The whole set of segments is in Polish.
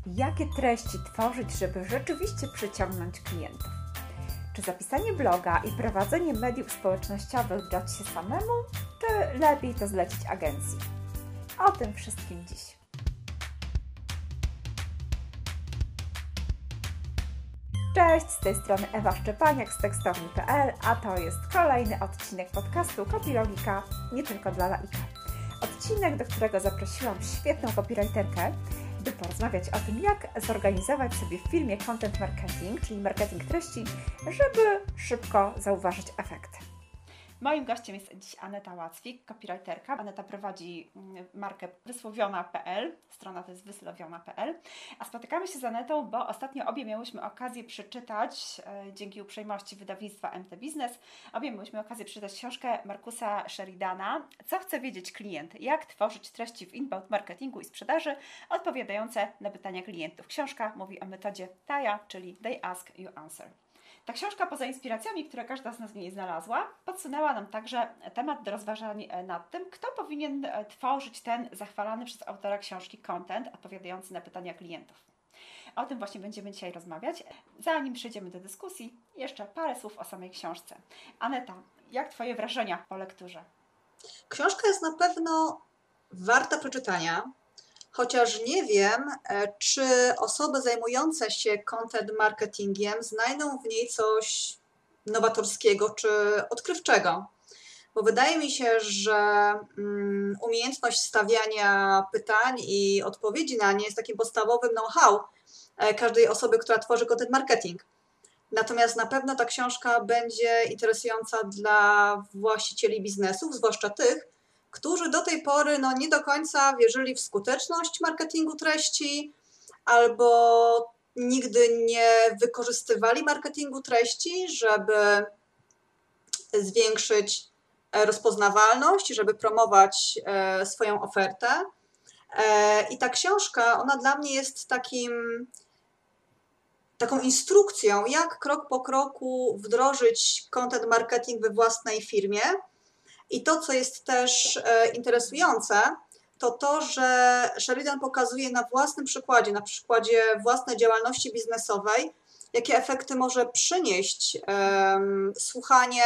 Jakie treści tworzyć, żeby rzeczywiście przyciągnąć klientów? Czy zapisanie bloga i prowadzenie mediów społecznościowych da Ci się samemu, czy lepiej to zlecić agencji? O tym wszystkim dziś. Cześć, z tej strony Ewa Szczepaniak z tekstowni.pl, a to jest kolejny odcinek podcastu Copylogika, nie tylko dla laika. Odcinek, do którego zaprosiłam świetną copywriterkę, by porozmawiać o tym, jak zorganizować sobie w firmie content marketing, czyli marketing treści, żeby szybko zauważyć efekty. Moim gościem jest dziś Aneta Łacwik, copywriterka. Aneta prowadzi markę wysłowiona.pl, strona to jest wysłowiona.pl, a spotykamy się z Anetą, bo ostatnio obie miałyśmy okazję przeczytać, dzięki uprzejmości wydawnictwa MT Business, obie miałyśmy okazję przeczytać książkę Marcusa Sheridana Co chce wiedzieć klient? Jak tworzyć treści w inbound marketingu i sprzedaży odpowiadające na pytania klientów. Książka mówi o metodzie TAIA, czyli They Ask, You Answer. Ta książka, poza inspiracjami, które każda z nas w niej znalazła, podsunęła nam także temat do rozważań nad tym, kto powinien tworzyć ten zachwalany przez autora książki content odpowiadający na pytania klientów. O tym właśnie będziemy dzisiaj rozmawiać. Zanim przejdziemy do dyskusji, jeszcze parę słów o samej książce. Aneta, jak Twoje wrażenia po lekturze? Książka jest na pewno warta przeczytania. Chociaż nie wiem, czy osoby zajmujące się content marketingiem znajdą w niej coś nowatorskiego czy odkrywczego. Bo wydaje mi się, że umiejętność stawiania pytań i odpowiedzi na nie jest takim podstawowym know-how każdej osoby, która tworzy content marketing. Natomiast na pewno ta książka będzie interesująca dla właścicieli biznesów, zwłaszcza tych, którzy do tej pory nie do końca wierzyli w skuteczność marketingu treści albo nigdy nie wykorzystywali marketingu treści, żeby zwiększyć rozpoznawalność, żeby promować swoją ofertę. I ta książka, ona dla mnie jest taką instrukcją, jak krok po kroku wdrożyć content marketing we własnej firmie. I to, co jest też interesujące, to to, że Sheridan pokazuje na własnym przykładzie, na przykładzie własnej działalności biznesowej, jakie efekty może przynieść słuchanie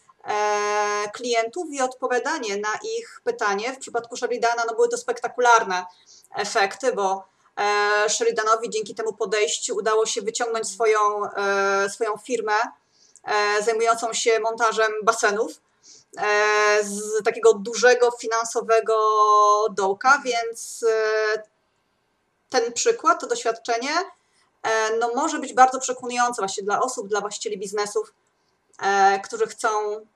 klientów i odpowiadanie na ich pytanie. W przypadku Sheridana były to spektakularne efekty, bo Sheridanowi dzięki temu podejściu udało się wyciągnąć swoją firmę zajmującą się montażem basenów z takiego dużego finansowego dołka, więc ten przykład, to doświadczenie może być bardzo przekonujące właśnie dla osób, dla właścicieli biznesów, którzy chcą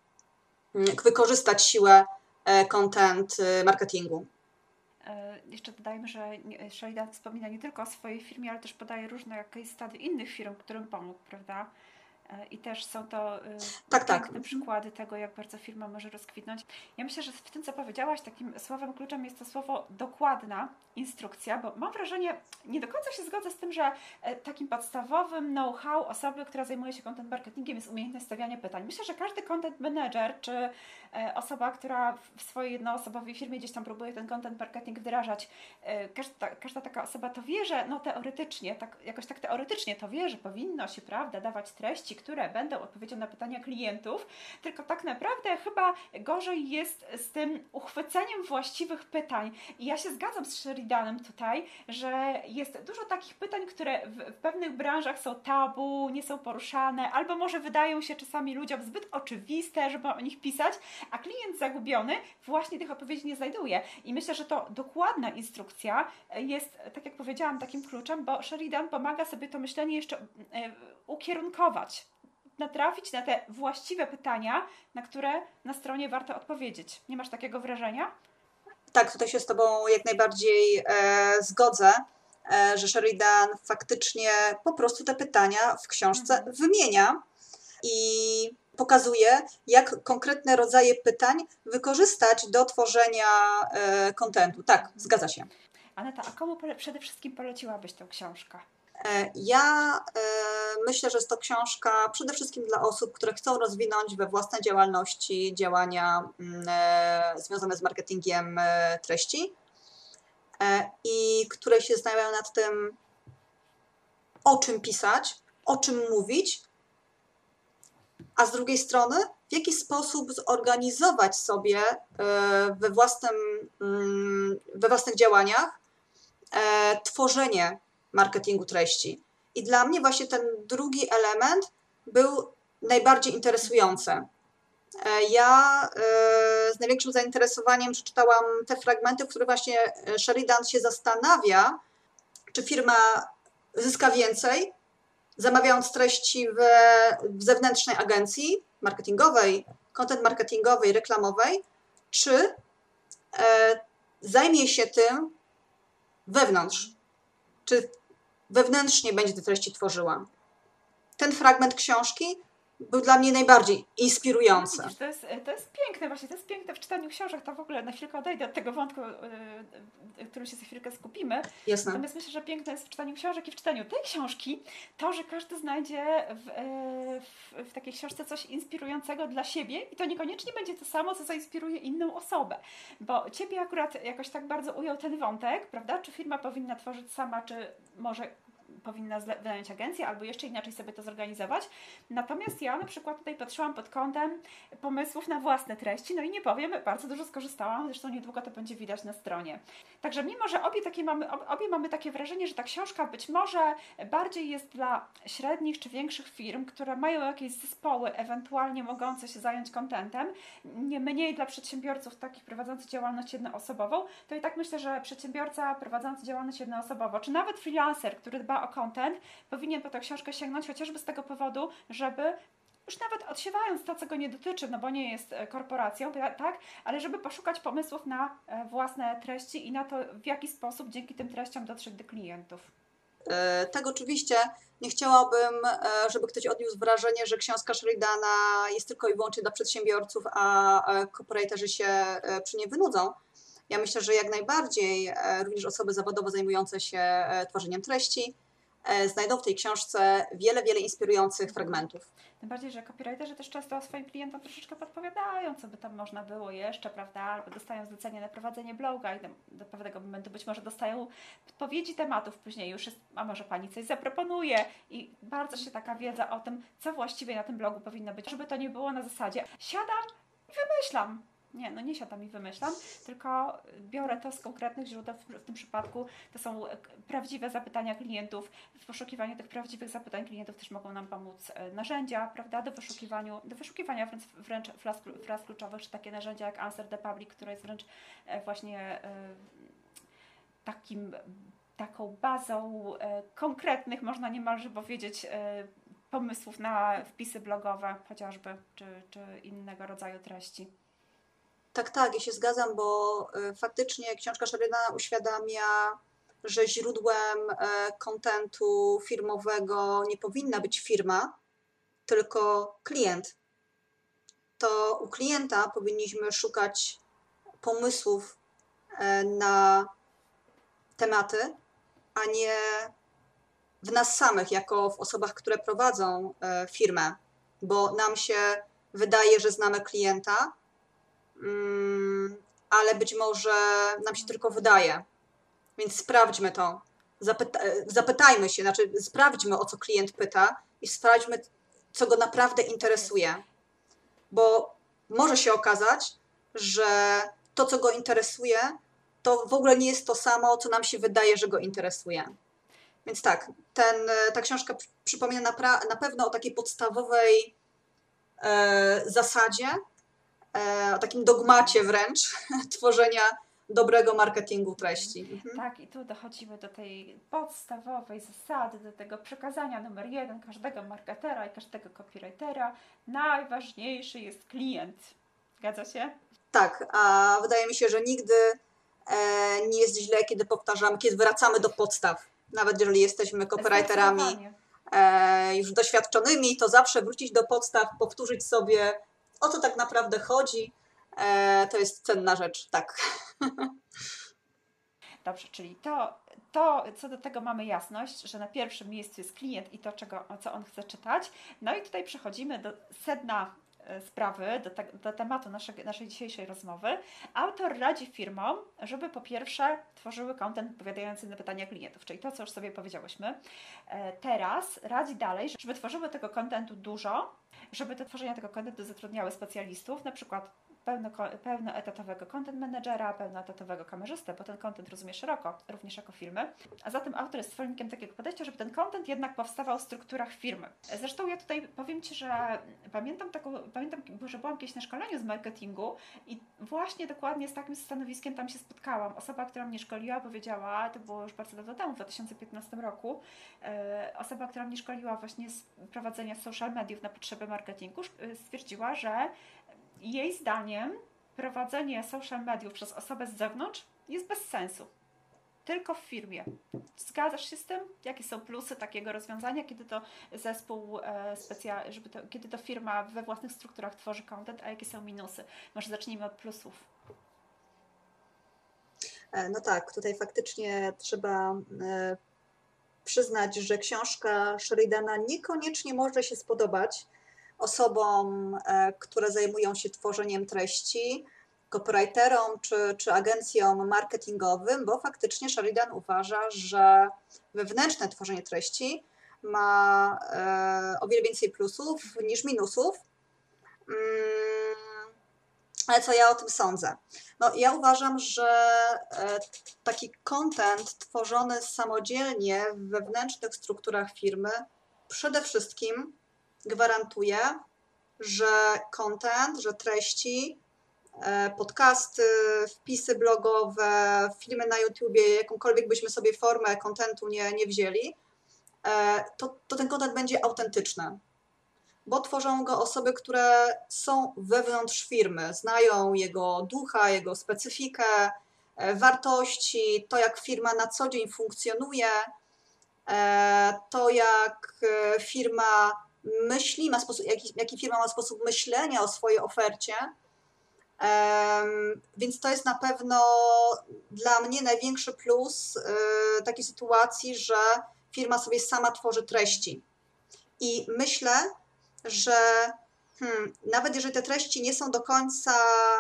wykorzystać siłę content marketingu. Jeszcze dodajmy, że Sheridan wspomina nie tylko o swojej firmie, ale też podaje różne case study innych firm, którym pomógł, prawda? I też są to piękne przykłady tego, jak bardzo firma może rozkwitnąć. Ja myślę, że w tym, co powiedziałaś, takim słowem kluczem jest to słowo dokładna instrukcja, bo mam wrażenie, nie do końca się zgodzę z tym, że takim podstawowym know-how osoby, która zajmuje się content marketingiem, jest umiejętność stawiania pytań. Myślę, że każdy content manager, czy osoba, która w swojej jednoosobowej firmie gdzieś tam próbuje ten content marketing wdrażać, każda taka osoba to wie, że teoretycznie, jakoś tak teoretycznie to wie, że powinno się, prawda, dawać treści, które będą odpowiedzią na pytania klientów, tylko tak naprawdę chyba gorzej jest z tym uchwyceniem właściwych pytań. I ja się zgadzam z Sheridanem tutaj, że jest dużo takich pytań, które w pewnych branżach są tabu, nie są poruszane, albo może wydają się czasami ludziom zbyt oczywiste, żeby o nich pisać, a klient zagubiony właśnie tych odpowiedzi nie znajduje. I myślę, że to dokładna instrukcja jest, tak jak powiedziałam, takim kluczem, bo Sheridan pomaga sobie to myślenie jeszcze ukierunkować, natrafić na te właściwe pytania, na które na stronie warto odpowiedzieć. Nie masz takiego wrażenia? Tak, tutaj się z Tobą jak najbardziej zgodzę, że Sheridan faktycznie po prostu te pytania w książce wymienia i pokazuje, jak konkretne rodzaje pytań wykorzystać do tworzenia kontentu. Tak, zgadza się. Aneta, a komu przede wszystkim poleciłabyś tę książkę? Ja myślę, że jest to książka przede wszystkim dla osób, które chcą rozwinąć we własnej działalności działania związane z marketingiem treści i które się zastanawiają nad tym, o czym pisać, o czym mówić, a z drugiej strony, w jaki sposób zorganizować sobie we własnych działaniach tworzenie marketingu treści. I dla mnie właśnie ten drugi element był najbardziej interesujący. Ja z największym zainteresowaniem przeczytałam te fragmenty, w których właśnie Sheridan się zastanawia, czy firma zyska więcej, zamawiając treści w zewnętrznej agencji marketingowej, content marketingowej, reklamowej, czy zajmie się tym wewnątrz, czy wewnętrznie będzie te treści tworzyła. Ten fragment książki był dla mnie najbardziej inspirujący. No widzisz, to jest piękne właśnie, to jest piękne w czytaniu książek, to w ogóle na chwilkę odejdę od tego wątku, którym się za chwilkę skupimy. Jasne. Natomiast myślę, że piękne jest w czytaniu książek i w czytaniu tej książki to, że każdy znajdzie w takiej książce coś inspirującego dla siebie i to niekoniecznie będzie to samo, co zainspiruje inną osobę. Bo ciebie akurat jakoś tak bardzo ujął ten wątek, prawda? Czy firma powinna tworzyć sama, czy może powinna wynająć agencję, albo jeszcze inaczej sobie to zorganizować. Natomiast ja na przykład tutaj patrzyłam pod kątem pomysłów na własne treści, no i nie powiem, bardzo dużo skorzystałam, zresztą niedługo to będzie widać na stronie. Także mimo, że obie mamy takie wrażenie, że ta książka być może bardziej jest dla średnich czy większych firm, które mają jakieś zespoły, ewentualnie mogące się zająć contentem, nie mniej dla przedsiębiorców takich prowadzących działalność jednoosobową, to i tak myślę, że przedsiębiorca prowadzący działalność jednoosobową, czy nawet freelancer, który dba o content, powinien po tę książkę sięgnąć chociażby z tego powodu, żeby już nawet odsiewając to, co go nie dotyczy, no bo nie jest korporacją, tak, ale żeby poszukać pomysłów na własne treści i na to, w jaki sposób dzięki tym treściom dotrzeć do klientów. Tak, oczywiście nie chciałabym, żeby ktoś odniósł wrażenie, że książka Sheridana jest tylko i wyłącznie dla przedsiębiorców, a corporatorzy się przy niej wynudzą. Ja myślę, że jak najbardziej również osoby zawodowo zajmujące się tworzeniem treści znajdą w tej książce wiele, wiele inspirujących fragmentów. Tym bardziej, że copywriterzy też często swoim klientom troszeczkę podpowiadają, co by tam można było jeszcze, prawda? Albo dostają zlecenie na prowadzenie bloga i do pewnego momentu być może dostają podpowiedzi tematów, później już jest, a może Pani coś zaproponuje i bardzo się taka wiedza o tym, co właściwie na tym blogu powinno być, żeby to nie było na zasadzie siadam i wymyślam. Nie, no nie siadam i wymyślam, tylko biorę to z konkretnych źródeł, w tym przypadku to są prawdziwe zapytania klientów. W poszukiwaniu tych prawdziwych zapytań klientów też mogą nam pomóc narzędzia, prawda, do wyszukiwania wręcz fraz kluczowych, czy takie narzędzia jak Answer the Public, które jest wręcz właśnie taką bazą konkretnych, można niemalże powiedzieć, pomysłów na wpisy blogowe chociażby, czy innego rodzaju treści. Tak, ja się zgadzam, bo faktycznie książka Sheridana uświadamia, że źródłem kontentu firmowego nie powinna być firma, tylko klient. To u klienta powinniśmy szukać pomysłów na tematy, a nie w nas samych, jako w osobach, które prowadzą firmę, bo nam się wydaje, że znamy klienta, ale być może nam się tylko wydaje. Więc sprawdźmy to. Zapytajmy się, znaczy sprawdźmy, o co klient pyta i sprawdźmy, co go naprawdę interesuje. Bo może się okazać, że to, co go interesuje, to w ogóle nie jest to samo, co nam się wydaje, że go interesuje. Więc tak, ta książka przypomina na pewno o takiej podstawowej zasadzie, o takim dogmacie wręcz tworzenia dobrego marketingu treści. Tak, i tu dochodzimy do tej podstawowej zasady, do tego przekazania numer 1 każdego marketera i każdego copywritera. Najważniejszy jest klient. Zgadza się? Tak, a wydaje mi się, że nigdy nie jest źle, kiedy powtarzamy, kiedy wracamy do podstaw. Nawet jeżeli jesteśmy copywriterami już doświadczonymi, to zawsze wrócić do podstaw, powtórzyć sobie, o co tak naprawdę chodzi, to jest cenna rzecz, tak. Dobrze, czyli co do tego mamy jasność, że na pierwszym miejscu jest klient i to, co on chce czytać. No i tutaj przechodzimy do sedna sprawy, do tematu naszej dzisiejszej rozmowy, autor radzi firmom, żeby po pierwsze tworzyły content odpowiadający na pytania klientów, czyli to, co już sobie powiedziałyśmy. Teraz radzi dalej, żeby tworzyły tego contentu dużo, żeby do tworzenia tego contentu zatrudniały specjalistów, na przykład pełnoetatowego content managera, pełnoetatowego kamerzystę, bo ten content rozumie szeroko, również jako filmy. A zatem autor jest zwolennikiem takiego podejścia, żeby ten content jednak powstawał w strukturach firmy. Zresztą ja tutaj powiem Ci, że pamiętam, że byłam kiedyś na szkoleniu z marketingu i właśnie dokładnie z takim stanowiskiem tam się spotkałam. Osoba, która mnie szkoliła, powiedziała, to było już bardzo dawno temu, w 2015 roku, osoba, która mnie szkoliła właśnie z prowadzenia social mediów na potrzeby marketingu, stwierdziła, że jej zdaniem prowadzenie social mediów przez osobę z zewnątrz jest bez sensu. Tylko w firmie. Zgadzasz się z tym? Jakie są plusy takiego rozwiązania, kiedy to zespół kiedy to firma we własnych strukturach tworzy content, a jakie są minusy? Może zacznijmy od plusów. No tak, tutaj faktycznie trzeba przyznać, że książka Sheridana niekoniecznie może się spodobać osobom, które zajmują się tworzeniem treści, copywriterom czy agencjom marketingowym, bo faktycznie Sheridan uważa, że wewnętrzne tworzenie treści ma o wiele więcej plusów niż minusów. Ale co ja o tym sądzę? No, ja uważam, że taki content tworzony samodzielnie w wewnętrznych strukturach firmy przede wszystkim gwarantuje, że content, że treści, podcasty, wpisy blogowe, filmy na YouTubie, jakąkolwiek byśmy sobie formę contentu nie wzięli, to ten content będzie autentyczny. Bo tworzą go osoby, które są wewnątrz firmy, znają jego ducha, jego specyfikę, wartości, to jak firma na co dzień funkcjonuje, to jak firma myśli, jaki firma ma sposób myślenia o swojej ofercie. Więc to jest na pewno dla mnie największy plus takiej sytuacji, że firma sobie sama tworzy treści. I myślę, że nawet jeżeli te treści nie są do końca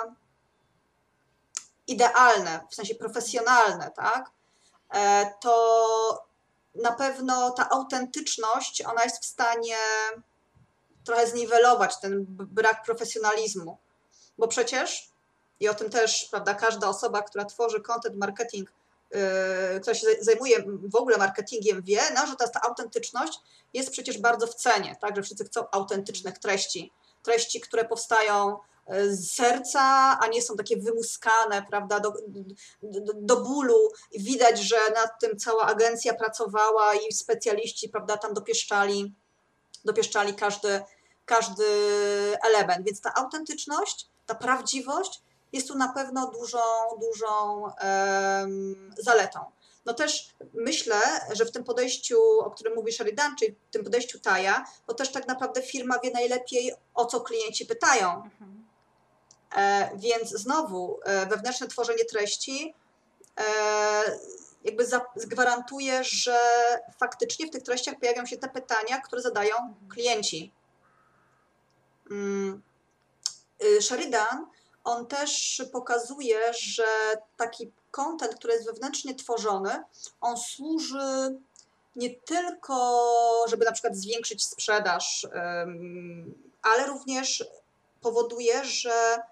idealne, w sensie profesjonalne, tak, to na pewno ta autentyczność, ona jest w stanie trochę zniwelować ten brak profesjonalizmu. Bo przecież, i o tym też, prawda, każda osoba, która tworzy content marketing, która się zajmuje w ogóle marketingiem, wie, no, że ta autentyczność jest przecież bardzo w cenie, tak, że wszyscy chcą autentycznych treści, które powstają z serca, a nie są takie wymuskane, prawda, do bólu. Widać, że nad tym cała agencja pracowała i specjaliści, prawda, tam dopieszczali każdy element, więc ta autentyczność, ta prawdziwość jest tu na pewno dużą zaletą. No też myślę, że w tym podejściu, o którym mówi Sheridan, czyli w tym podejściu Taya, to też tak naprawdę firma wie najlepiej, o co klienci pytają. Więc znowu wewnętrzne tworzenie treści jakby zagwarantuje, że faktycznie w tych treściach pojawią się te pytania, które zadają klienci. Sheridan, on też pokazuje, że taki content, który jest wewnętrznie tworzony, on służy nie tylko, żeby na przykład zwiększyć sprzedaż, ale również powoduje, że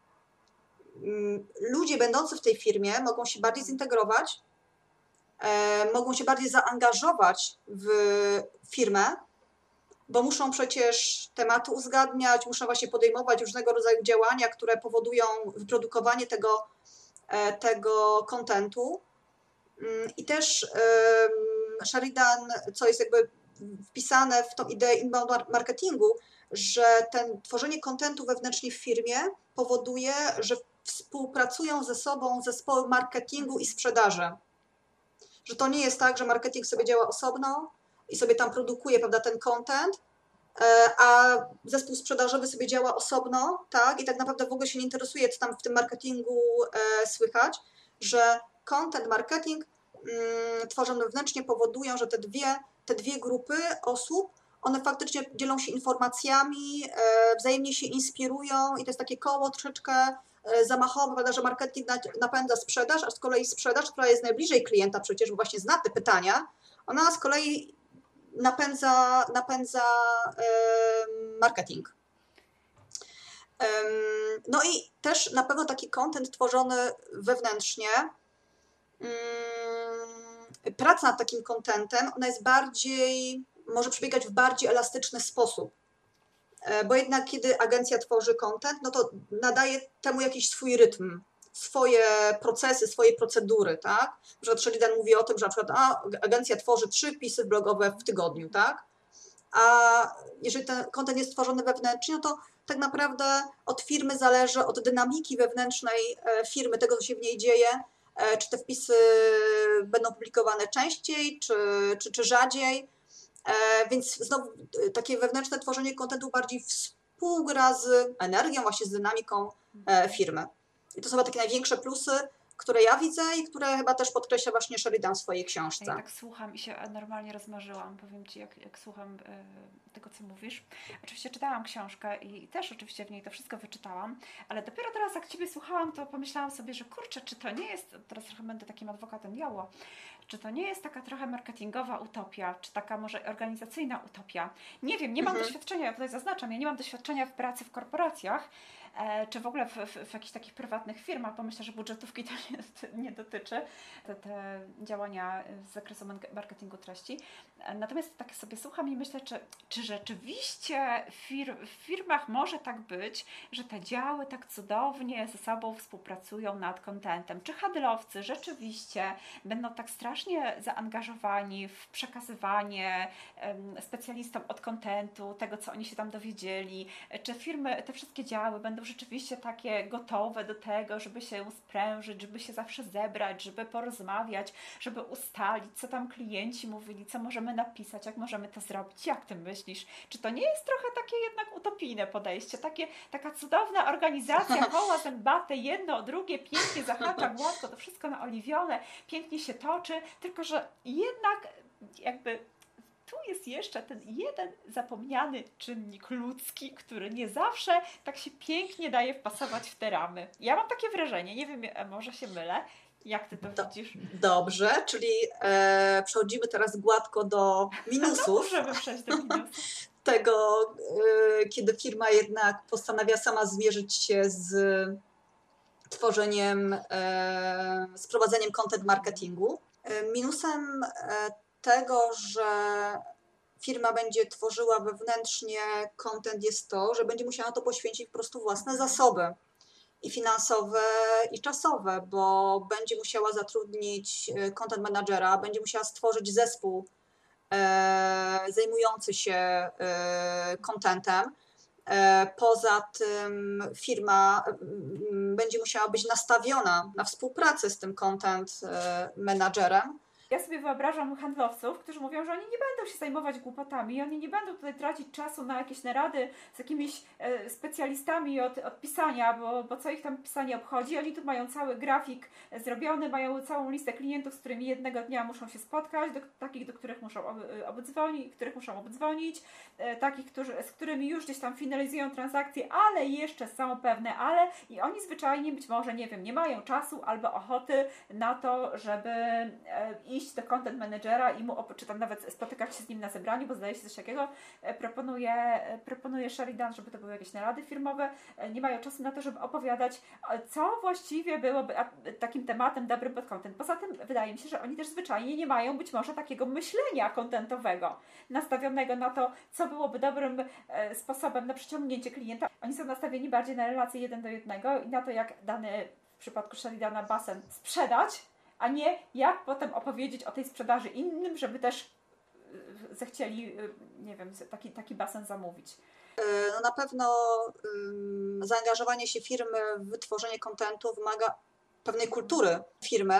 ludzie będący w tej firmie mogą się bardziej zintegrować, mogą się bardziej zaangażować w firmę, bo muszą przecież tematy uzgadniać, muszą właśnie podejmować różnego rodzaju działania, które powodują wyprodukowanie tego kontentu. I też Sheridan, co jest jakby wpisane w tą ideę inbound marketingu, że tworzenie kontentu wewnętrznie w firmie powoduje, że współpracują ze sobą zespoły marketingu i sprzedaży. Że to nie jest tak, że marketing sobie działa osobno i sobie tam produkuje, prawda, ten content, a zespół sprzedażowy sobie działa osobno, tak, i tak naprawdę w ogóle się nie interesuje, co tam w tym marketingu słychać, że content, marketing tworzone wewnętrznie powodują, że te dwie grupy osób, one faktycznie dzielą się informacjami, wzajemnie się inspirują i to jest takie koło troszeczkę zamachowe, prawda, że marketing napędza sprzedaż, a z kolei sprzedaż, która jest najbliżej klienta przecież, bo właśnie zna te pytania, ona z kolei napędza marketing. No i też na pewno taki content tworzony wewnętrznie, praca nad takim contentem, ona jest może przebiegać w bardziej elastyczny sposób. Bo jednak kiedy agencja tworzy content, no to nadaje temu jakiś swój rytm, swoje procesy, swoje procedury, tak? Na przykład Sheridan mówi o tym, że na przykład agencja tworzy 3 wpisy blogowe w tygodniu, tak? A jeżeli ten content jest tworzony wewnętrznie, no to tak naprawdę od firmy zależy, od dynamiki wewnętrznej firmy, tego co się w niej dzieje, czy te wpisy będą publikowane częściej, czy rzadziej. Więc znowu takie wewnętrzne tworzenie kontentu bardziej współgra z energią, właśnie z dynamiką firmy. I to są chyba takie największe plusy, które ja widzę i które chyba też podkreśla właśnie Sheridan w swojej książce. Ja tak słucham i się normalnie rozmarzyłam, powiem Ci, jak słucham tego, co mówisz. Oczywiście czytałam książkę i też oczywiście w niej to wszystko wyczytałam, ale dopiero teraz, jak Ciebie słuchałam, to pomyślałam sobie, że kurczę, czy to nie jest, teraz trochę będę takim adwokatem diabła, czy to nie jest taka trochę marketingowa utopia, czy taka może organizacyjna utopia? Nie wiem, nie mam doświadczenia, ja tutaj zaznaczam, ja nie mam doświadczenia w pracy w korporacjach, czy w ogóle w jakichś takich prywatnych firmach, bo myślę, że budżetówki to nie dotyczy, te działania z zakresu marketingu treści. Natomiast tak sobie słucham i myślę, czy rzeczywiście w firmach może tak być, że te działy tak cudownie ze sobą współpracują nad contentem. Czy handlowcy rzeczywiście będą tak strasznie zaangażowani w przekazywanie specjalistom od contentu, tego co oni się tam dowiedzieli, czy firmy, te wszystkie działy będą rzeczywiście takie gotowe do tego, żeby się sprężyć, żeby się zawsze zebrać, żeby porozmawiać, żeby ustalić, co tam klienci mówili, co możemy napisać, jak możemy to zrobić. Jak Ty myślisz? Czy to nie jest trochę takie jednak utopijne podejście? Taka cudowna organizacja, koła zębate, jedno, drugie, pięknie zahacza, gładko, to wszystko naoliwione, pięknie się toczy, tylko że jednak jakby tu jest jeszcze ten jeden zapomniany czynnik ludzki, który nie zawsze tak się pięknie daje wpasować w te ramy. Ja mam takie wrażenie, nie wiem, może się mylę. Jak Ty to widzisz? Dobrze, czyli przechodzimy teraz gładko do minusów. No, możemy przejść do minusów. Tego, kiedy firma jednak postanawia sama zmierzyć się z tworzeniem, z prowadzeniem content marketingu. Minusem tego, że firma będzie tworzyła wewnętrznie content jest to, że będzie musiała na to poświęcić po prostu własne zasoby i finansowe, i czasowe, bo będzie musiała zatrudnić content managera, będzie musiała stworzyć zespół zajmujący się contentem. Poza tym firma będzie musiała być nastawiona na współpracę z tym content managerem. Ja sobie wyobrażam handlowców, którzy mówią, że oni nie będą się zajmować głupotami, oni nie będą tutaj tracić czasu na jakieś narady z jakimiś specjalistami od pisania, bo co ich tam pisanie obchodzi. Oni tu mają cały grafik zrobiony, mają całą listę klientów, z którymi jednego dnia muszą się spotkać, takich, do których muszą obdzwonić, takich, z którymi już gdzieś tam finalizują transakcje, ale jeszcze są pewne ale i oni zwyczajnie być może, nie wiem, nie mają czasu albo ochoty na to, żeby iść do content managera i czy tam nawet spotykać się z nim na zebraniu, bo zdaje się coś takiego, proponuje Sheridan, żeby to były jakieś narady firmowe, nie mają czasu na to, żeby opowiadać, co właściwie byłoby takim tematem dobrym pod content. Poza tym wydaje mi się, że oni też zwyczajnie nie mają być może takiego myślenia contentowego, nastawionego na to, co byłoby dobrym sposobem na przyciągnięcie klienta. Oni są nastawieni bardziej na relacje 1 do 1 i na to, jak dany w przypadku Sheridana basen sprzedać, a nie jak potem opowiedzieć o tej sprzedaży innym, żeby też zechcieli, nie wiem, taki basen zamówić. No na pewno zaangażowanie się firmy w wytworzenie kontentu wymaga pewnej kultury firmy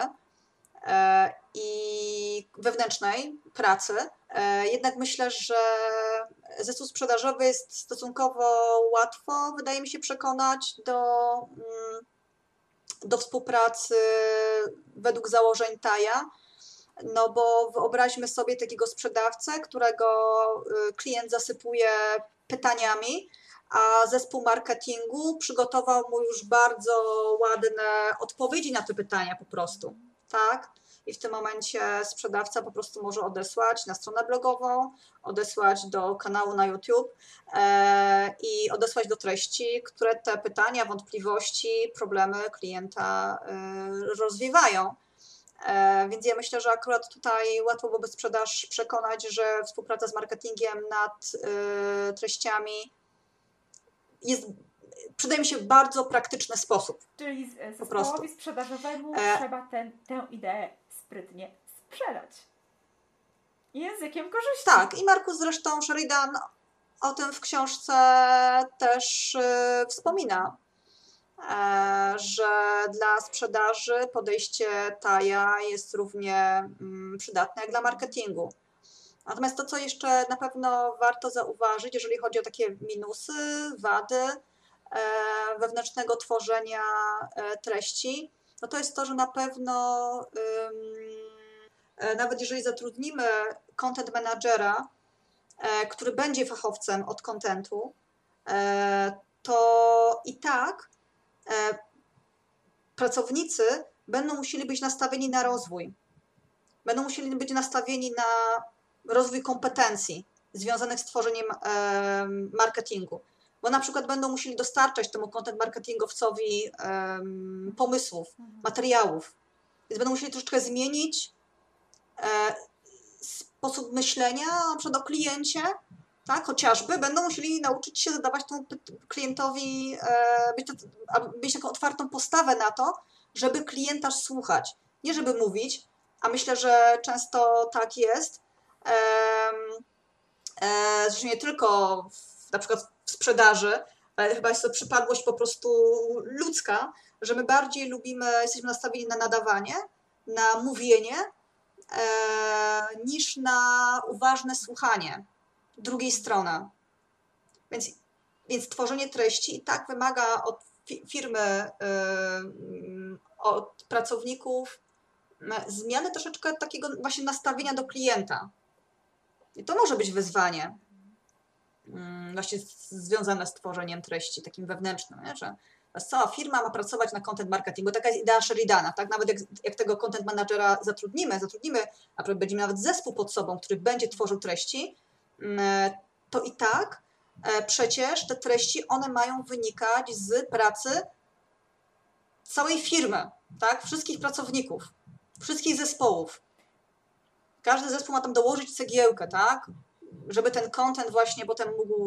i wewnętrznej pracy. Jednak myślę, że zespół sprzedażowy jest stosunkowo łatwo, wydaje mi się, przekonać do współpracy według założeń TAJA, No bo wyobraźmy sobie takiego sprzedawcę, którego klient zasypuje pytaniami, a zespół marketingu przygotował mu już bardzo ładne odpowiedzi na te pytania po prostu, tak? I w tym momencie sprzedawca po prostu może odesłać na stronę blogową, odesłać do kanału na YouTube i odesłać do treści, które te pytania, wątpliwości, problemy klienta rozwiewają. Więc ja myślę, że akurat tutaj łatwo byłoby sprzedaż przekonać, że współpraca z marketingiem nad treściami przydaje mi się w bardzo praktyczny sposób. Czyli zespołowi sprzedażowemu trzeba tę ideę sprytnie sprzedać. Językiem korzyści. Tak, i Markus zresztą Sheridan o tym w książce też wspomina, że dla sprzedaży podejście Taya jest równie przydatne jak dla marketingu. Natomiast to, co jeszcze na pewno warto zauważyć, jeżeli chodzi o takie minusy, wady wewnętrznego tworzenia treści, no to jest to, że na pewno nawet jeżeli zatrudnimy content managera, który będzie fachowcem od contentu, to i tak pracownicy będą musieli być nastawieni na rozwój. Będą musieli być nastawieni na rozwój kompetencji związanych z tworzeniem marketingu. Bo na przykład będą musieli dostarczać temu content marketingowcowi pomysłów, materiałów. Więc będą musieli troszeczkę zmienić sposób myślenia, na przykład o kliencie, tak, chociażby będą musieli nauczyć się zadawać temu klientowi, mieć taką otwartą postawę na to, żeby klienta słuchać, nie żeby mówić, a myślę, że często tak jest, zresztą nie tylko na przykład w sprzedaży, ale chyba jest to przypadłość po prostu ludzka, że my bardziej jesteśmy nastawieni na nadawanie, na mówienie, niż na uważne słuchanie drugiej strony. Więc tworzenie treści i tak wymaga od firmy, od pracowników zmiany troszeczkę takiego właśnie nastawienia do klienta. I to może być wyzwanie właśnie związane z tworzeniem treści takim wewnętrznym, nie? Że cała firma ma pracować na content marketingu. Taka jest idea Sheridana, tak? Nawet jak tego content managera zatrudnimy, a będziemy nawet zespół pod sobą, który będzie tworzył treści, to i tak przecież te treści, one mają wynikać z pracy całej firmy, tak? Wszystkich pracowników, wszystkich zespołów. Każdy zespół ma tam dołożyć cegiełkę, tak? Żeby ten content właśnie potem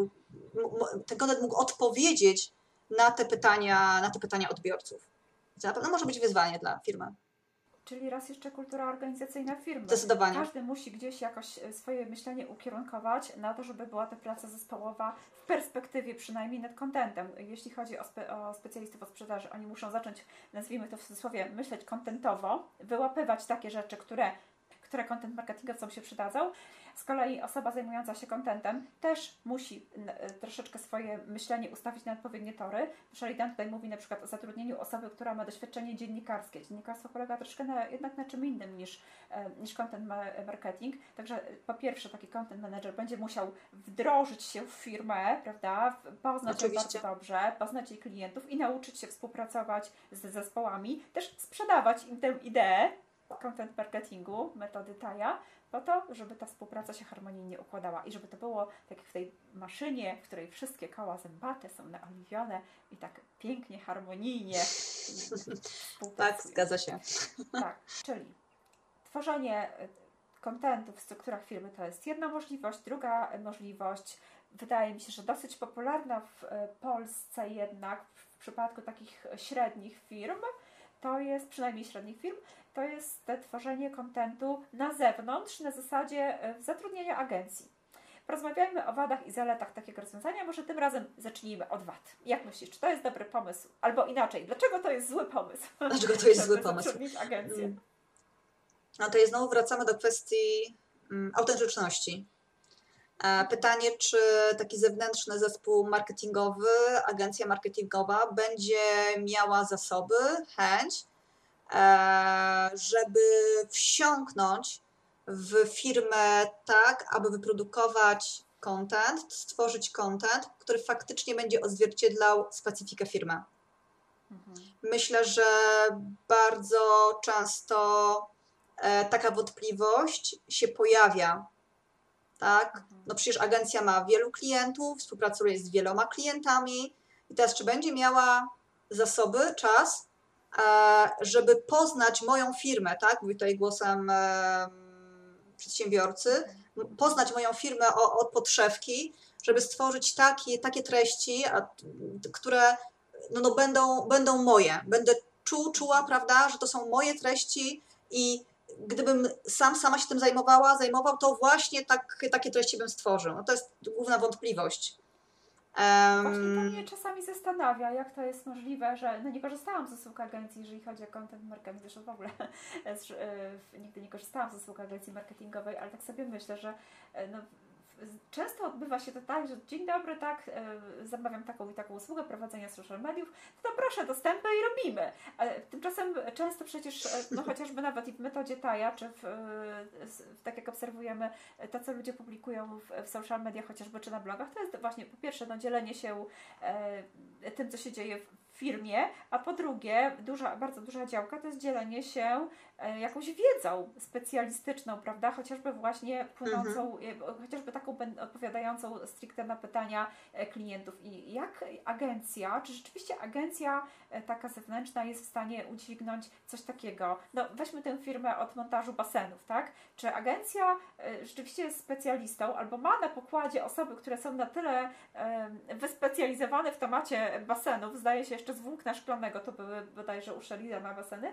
mógł odpowiedzieć na te pytania odbiorców. To na pewno może być wyzwanie dla firmy. Czyli raz jeszcze kultura organizacyjna firmy. Zdecydowanie. Każdy musi gdzieś jakoś swoje myślenie ukierunkować na to, żeby była ta praca zespołowa w perspektywie przynajmniej nad contentem. Jeśli chodzi o specjalistów od sprzedaży, oni muszą zacząć, nazwijmy to w cudzysłowie, myśleć contentowo, wyłapywać takie rzeczy, które content marketingowcom się przydadzą. Z kolei osoba zajmująca się contentem też musi troszeczkę swoje myślenie ustawić na odpowiednie tory. Sheridan tutaj mówi na przykład o zatrudnieniu osoby, która ma doświadczenie dziennikarskie. Dziennikarstwo polega troszkę jednak na czym innym niż content marketing. Także po pierwsze taki content manager będzie musiał wdrożyć się w firmę, prawda? Poznać ją bardzo dobrze, poznać jej klientów i nauczyć się współpracować z zespołami, też sprzedawać im tę ideę content marketingu, metody Taya, po to, żeby ta współpraca się harmonijnie układała i żeby to było tak jak w tej maszynie, w której wszystkie koła zębate są naoliwione i tak pięknie, harmonijnie współpracują. Tak, zgadza się. Tak, czyli tworzenie kontentu w strukturach firmy to jest jedna możliwość. Druga możliwość, wydaje mi się, że dosyć popularna w Polsce jednak w przypadku takich średnich firm, to jest, przynajmniej średnich firm, to jest tworzenie kontentu na zewnątrz, na zasadzie zatrudnienia agencji. Porozmawiajmy o wadach i zaletach takiego rozwiązania, może tym razem zacznijmy od wad. Jak myślisz, czy to jest dobry pomysł? Albo inaczej, dlaczego to jest zły pomysł? Dlaczego to jest zły pomysł? Zatrudnić agencję. No to znowu wracamy do kwestii autentyczności. Pytanie, czy taki zewnętrzny zespół marketingowy, agencja marketingowa będzie miała zasoby, chęć żeby wsiąknąć w firmę tak, aby wyprodukować content, stworzyć content, który faktycznie będzie odzwierciedlał specyfikę firmy. Myślę, że bardzo często taka wątpliwość się pojawia. Tak? No przecież agencja ma wielu klientów, współpracuje z wieloma klientami i teraz czy będzie miała zasoby, czas, żeby poznać moją firmę, tak? Mówię tutaj głosem przedsiębiorcy, poznać moją firmę od podszewki, żeby stworzyć takie treści, które będą moje. Będę czuła, prawda, że to są moje treści i gdybym sama się tym zajmował, to właśnie takie treści bym stworzył. No to jest główna wątpliwość. Właśnie to mnie czasami zastanawia, jak to jest możliwe, że nie korzystałam z usług agencji, jeżeli chodzi o content marketing, zresztą w ogóle nigdy nie korzystałam z usług agencji marketingowej, ale tak sobie myślę, że często odbywa się to tak, że dzień dobry, tak, zamawiam taką i taką usługę prowadzenia social mediów, to proszę, dostępy i robimy. Ale tymczasem często przecież, chociażby nawet i w metodzie Taja, czy tak jak obserwujemy, to co ludzie publikują w social mediach, chociażby czy na blogach, to jest właśnie po pierwsze dzielenie się tym, co się dzieje w firmie, a po drugie, bardzo duża działka to jest dzielenie się jakąś wiedzą specjalistyczną, prawda? Chociażby właśnie płynącą, chociażby taką odpowiadającą stricte na pytania klientów. I jak agencja, czy rzeczywiście agencja taka zewnętrzna jest w stanie udźwignąć coś takiego? No weźmy tę firmę od montażu basenów, tak? Czy agencja rzeczywiście jest specjalistą albo ma na pokładzie osoby, które są na tyle wyspecjalizowane w temacie basenów, zdaje się jeszcze z włókna szklanego, to były bodajże u Sherida na baseny,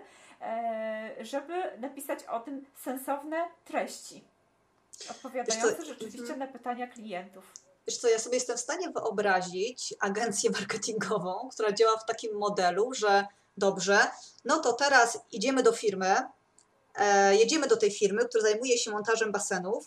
żeby napisać o tym sensowne treści, odpowiadające rzeczywiście na pytania klientów. Wiesz co, ja sobie jestem w stanie wyobrazić agencję marketingową, która działa w takim modelu, że dobrze, no to teraz idziemy do firmy, jedziemy do tej firmy, która zajmuje się montażem basenów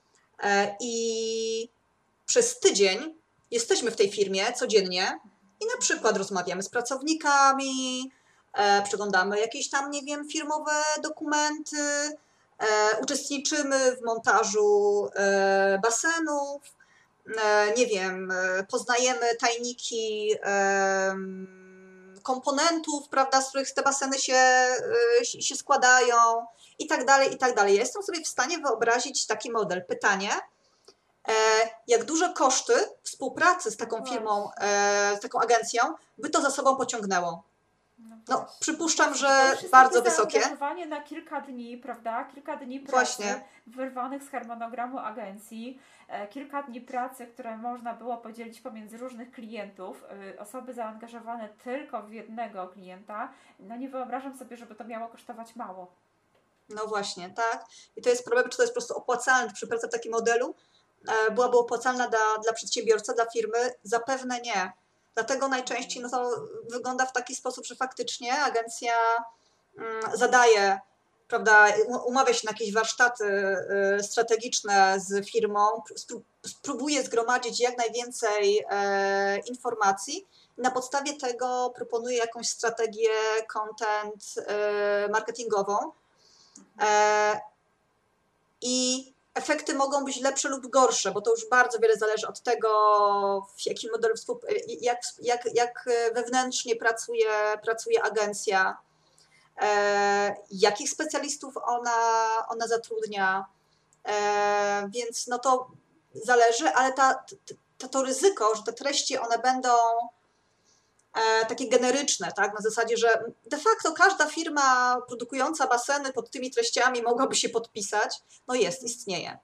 i przez tydzień jesteśmy w tej firmie codziennie i na przykład rozmawiamy z pracownikami, przeglądamy jakieś tam, nie wiem, firmowe dokumenty, uczestniczymy w montażu basenów, nie wiem, poznajemy tajniki komponentów, prawda, z których te baseny się składają i tak dalej, i tak dalej. Ja jestem sobie w stanie wyobrazić taki model. Pytanie, jak duże koszty współpracy z taką firmą, z taką agencją by to za sobą pociągnęło? No, przypuszczam, że bardzo wysokie. Zaangażowanie na kilka dni, prawda? Kilka dni pracy wyrwanych z harmonogramu agencji, kilka dni pracy, które można było podzielić pomiędzy różnych klientów, osoby zaangażowane tylko w jednego klienta. No nie wyobrażam sobie, żeby to miało kosztować mało. No właśnie, tak. I to jest problem, czy to jest po prostu opłacalne, czy praca w takim modelu byłaby opłacalna dla przedsiębiorcy, dla firmy? Zapewne nie. Dlatego najczęściej to wygląda w taki sposób, że faktycznie agencja zadaje, prawda, umawia się na jakieś warsztaty strategiczne z firmą, spróbuje zgromadzić jak najwięcej informacji i na podstawie tego proponuje jakąś strategię content marketingową. I efekty mogą być lepsze lub gorsze, bo to już bardzo wiele zależy od tego, w jakim modelu jak wewnętrznie pracuje agencja, jakich specjalistów ona zatrudnia, więc no to zależy, ale to ryzyko, że te treści one będą takie generyczne, tak? Na zasadzie, że de facto każda firma produkująca baseny pod tymi treściami mogłaby się podpisać, no istnieje.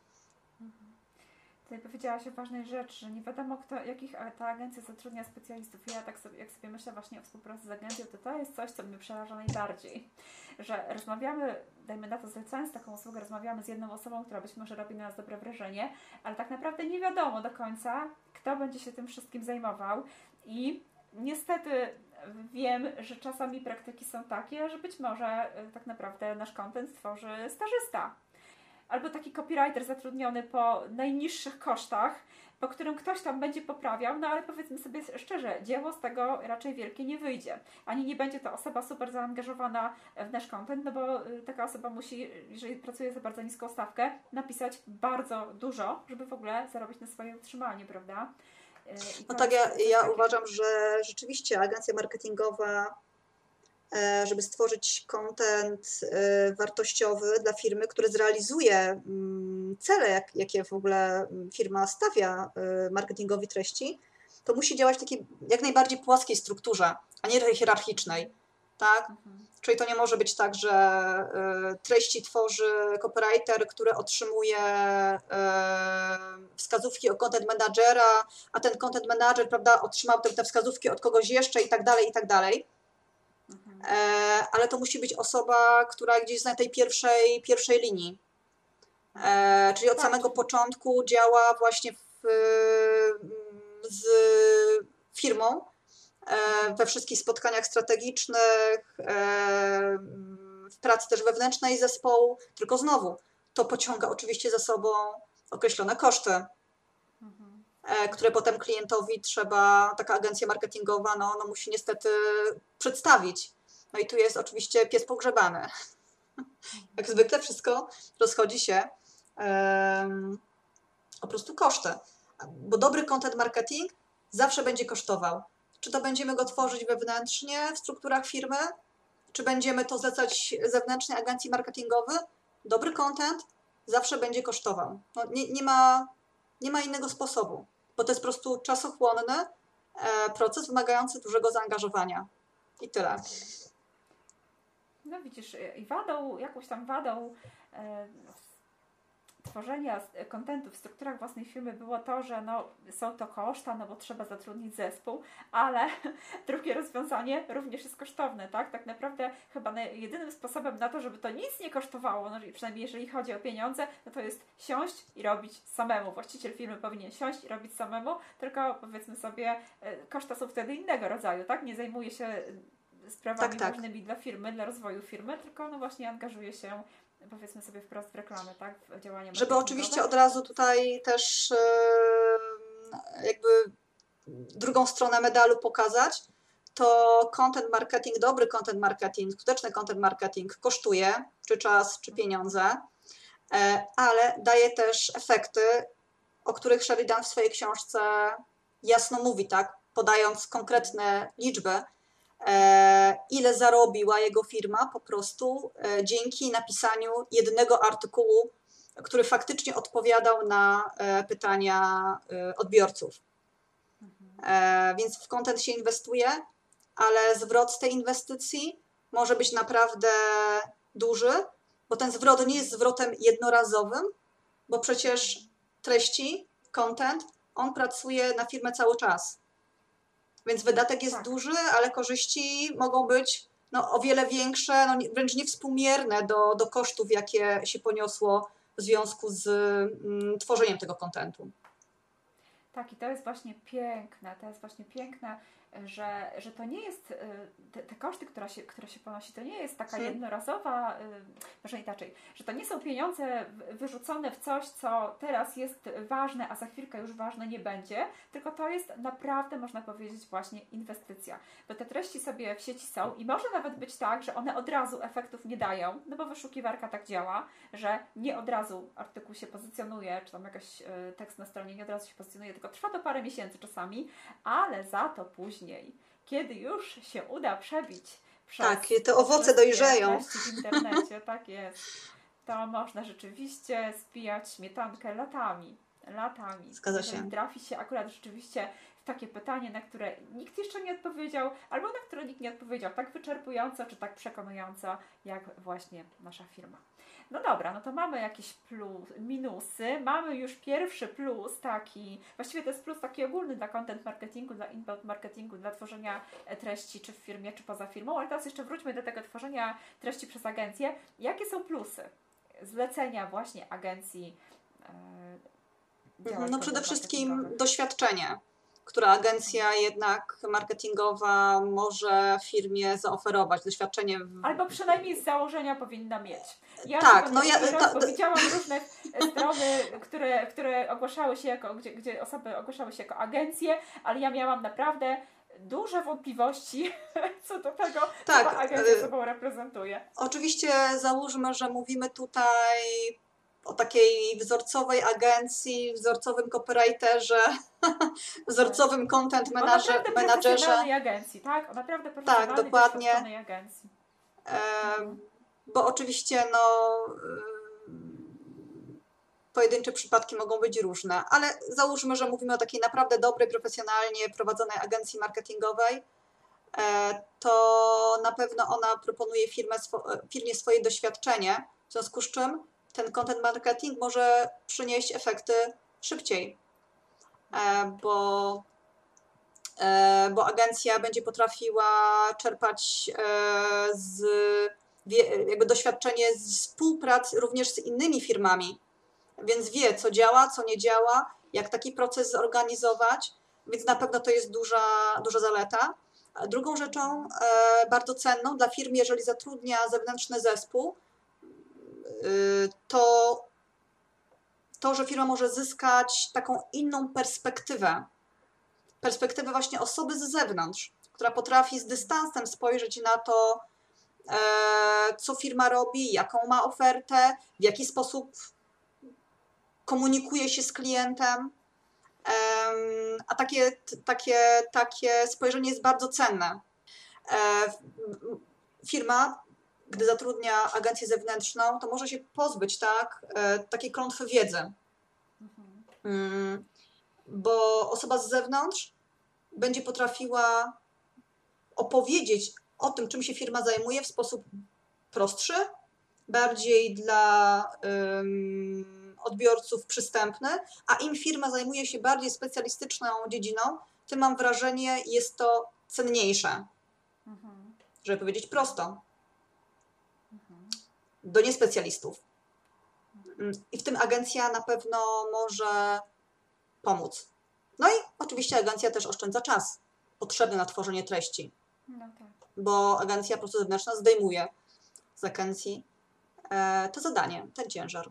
Tutaj powiedziałaś o ważnej rzeczy, że nie wiadomo, jakich ta agencja zatrudnia specjalistów. Ja tak sobie, jak sobie myślę właśnie o współpracy z agencją, to jest coś, co mnie przeraża najbardziej. Że rozmawiamy, dajmy na to, zlecając taką usługę, rozmawiamy z jedną osobą, która być może robi na nas dobre wrażenie, ale tak naprawdę nie wiadomo do końca, kto będzie się tym wszystkim zajmował. I niestety wiem, że czasami praktyki są takie, że być może tak naprawdę nasz content tworzy stażysta. albo taki copywriter zatrudniony po najniższych kosztach, po którym ktoś tam będzie poprawiał, no ale powiedzmy sobie szczerze, dzieło z tego raczej wielkie nie wyjdzie. Ani nie będzie to osoba super zaangażowana w nasz content, no bo taka osoba musi, jeżeli pracuje za bardzo niską stawkę, napisać bardzo dużo, żeby w ogóle zarobić na swoje utrzymanie, prawda? No tak, ja uważam, że rzeczywiście agencja marketingowa, żeby stworzyć content wartościowy dla firmy, który zrealizuje cele, jakie w ogóle firma stawia marketingowi treści, to musi działać w takiej jak najbardziej płaskiej strukturze, a nie hierarchicznej. Tak? Czyli to nie może być tak, że treści tworzy copywriter, który otrzymuje wskazówki od content managera, a ten content manager, prawda, otrzymał te wskazówki od kogoś jeszcze i tak dalej, i tak dalej. Ale to musi być osoba, która gdzieś jest na tej pierwszej linii. Czyli od samego początku działa właśnie z firmą, we wszystkich spotkaniach strategicznych, w pracy też wewnętrznej zespołu, tylko znowu to pociąga oczywiście za sobą określone koszty, które potem klientowi taka agencja marketingowa no musi niestety przedstawić. No i tu jest oczywiście pies pogrzebany. Jak zwykle wszystko rozchodzi się po prostu koszty, bo dobry content marketing zawsze będzie kosztował. Czy to będziemy go tworzyć wewnętrznie w strukturach firmy, czy będziemy to zlecać zewnętrznej agencji marketingowej, dobry content zawsze będzie kosztował. No, nie ma innego sposobu, bo to jest po prostu czasochłonny proces wymagający dużego zaangażowania. I tyle. No widzisz, i jakąś tam wadą tworzenia kontentu w strukturach własnej firmy było to, że no, są to koszta, no bo trzeba zatrudnić zespół, ale drugie rozwiązanie również jest kosztowne, tak? Tak naprawdę chyba jedynym sposobem na to, żeby to nic nie kosztowało, no, przynajmniej jeżeli chodzi o pieniądze, no to jest siąść i robić samemu. Właściciel firmy powinien siąść i robić samemu, tylko powiedzmy sobie, koszta są wtedy innego rodzaju, tak? Nie zajmuje się sprawami ważnymi dla firmy, dla rozwoju firmy, tylko no właśnie angażuje się, powiedzmy sobie wprost, w reklamę, tak? W działania marketingowe. Żeby oczywiście od razu tutaj też jakby drugą stronę medalu pokazać, to content marketing, dobry content marketing, skuteczny content marketing kosztuje, czy czas, czy pieniądze, ale daje też efekty, o których Sheridan w swojej książce jasno mówi, tak? Podając konkretne liczby, ile zarobiła jego firma po prostu dzięki napisaniu jednego artykułu, który faktycznie odpowiadał na pytania odbiorców. Więc w content się inwestuje, ale zwrot z tej inwestycji może być naprawdę duży, bo ten zwrot nie jest zwrotem jednorazowym, bo przecież treści, content, on pracuje na firmę cały czas. Więc wydatek jest duży, ale korzyści mogą być no, o wiele większe, no, wręcz niewspółmierne do kosztów, jakie się poniosło w związku z tworzeniem tego kontentu. Tak, i to jest właśnie piękne, że to nie jest, te koszty, które się ponosi, to nie jest taka jednorazowa, może inaczej, że to nie są pieniądze wyrzucone w coś, co teraz jest ważne, a za chwilkę już ważne nie będzie, tylko to jest naprawdę, można powiedzieć, właśnie inwestycja. Bo te treści sobie w sieci są i może nawet być tak, że one od razu efektów nie dają, no bo wyszukiwarka tak działa, że nie od razu artykuł się pozycjonuje, czy tam jakiś tekst na stronie nie od razu się pozycjonuje, tylko trwa to parę miesięcy czasami, ale za to później, kiedy już się uda przebić przez te owoce dojrzeją w internecie, tak jest, to można rzeczywiście spijać śmietankę latami. Zgadza się. Jeżeli trafi się akurat rzeczywiście w takie pytanie, na które nikt jeszcze nie odpowiedział, albo na które nikt nie odpowiedział tak wyczerpująco, czy tak przekonująco, jak właśnie nasza firma. No dobra, no to mamy jakieś minusy. Mamy już pierwszy plus taki, właściwie to jest plus taki ogólny dla content marketingu, dla inbound marketingu, dla tworzenia treści czy w firmie, czy poza firmą, ale teraz jeszcze wróćmy do tego tworzenia treści przez agencję. Jakie są plusy zlecenia właśnie agencji? No przede wszystkim doświadczenie. która agencja jednak marketingowa może firmie zaoferować, doświadczenie. Albo przynajmniej z założenia powinna mieć. Ja tak, bo widziałam różne strony, które ogłaszały się gdzie osoby ogłaszały się jako agencje, ale ja miałam naprawdę duże wątpliwości co do tego, co ta agencja sobą reprezentuje. Oczywiście załóżmy, że mówimy tutaj o takiej wzorcowej agencji, wzorcowym copywriterze, wzorcowym content menadżerze. Agencji, tak? O naprawdę profesjonalnej, dokładnie. Agencji. Bo oczywiście pojedyncze przypadki mogą być różne, ale załóżmy, że mówimy o takiej naprawdę dobrej, profesjonalnie prowadzonej agencji marketingowej, to na pewno ona proponuje firmie swoje doświadczenie, w związku z czym ten content marketing może przynieść efekty szybciej, bo agencja będzie potrafiła czerpać jakby doświadczenie z współpracy również z innymi firmami, więc wie, co działa, co nie działa, jak taki proces zorganizować, więc na pewno to jest duża zaleta. Drugą rzeczą bardzo cenną dla firm, jeżeli zatrudnia zewnętrzny zespół, to, że firma może zyskać taką inną perspektywę właśnie osoby z zewnątrz, która potrafi z dystansem spojrzeć na to, co firma robi, jaką ma ofertę, w jaki sposób komunikuje się z klientem, a takie spojrzenie jest bardzo cenne. Firma, gdy zatrudnia agencję zewnętrzną, to może się pozbyć takiej klątwy wiedzy, bo osoba z zewnątrz będzie potrafiła opowiedzieć o tym, czym się firma zajmuje w sposób prostszy, bardziej dla odbiorców przystępny, a im firma zajmuje się bardziej specjalistyczną dziedziną, tym mam wrażenie, jest to cenniejsze, żeby powiedzieć prosto, do niespecjalistów. I w tym agencja na pewno może pomóc. No i oczywiście agencja też oszczędza czas potrzebny na tworzenie treści, bo agencja po prostu zewnętrzna zdejmuje z agencji to zadanie, ten ciężar.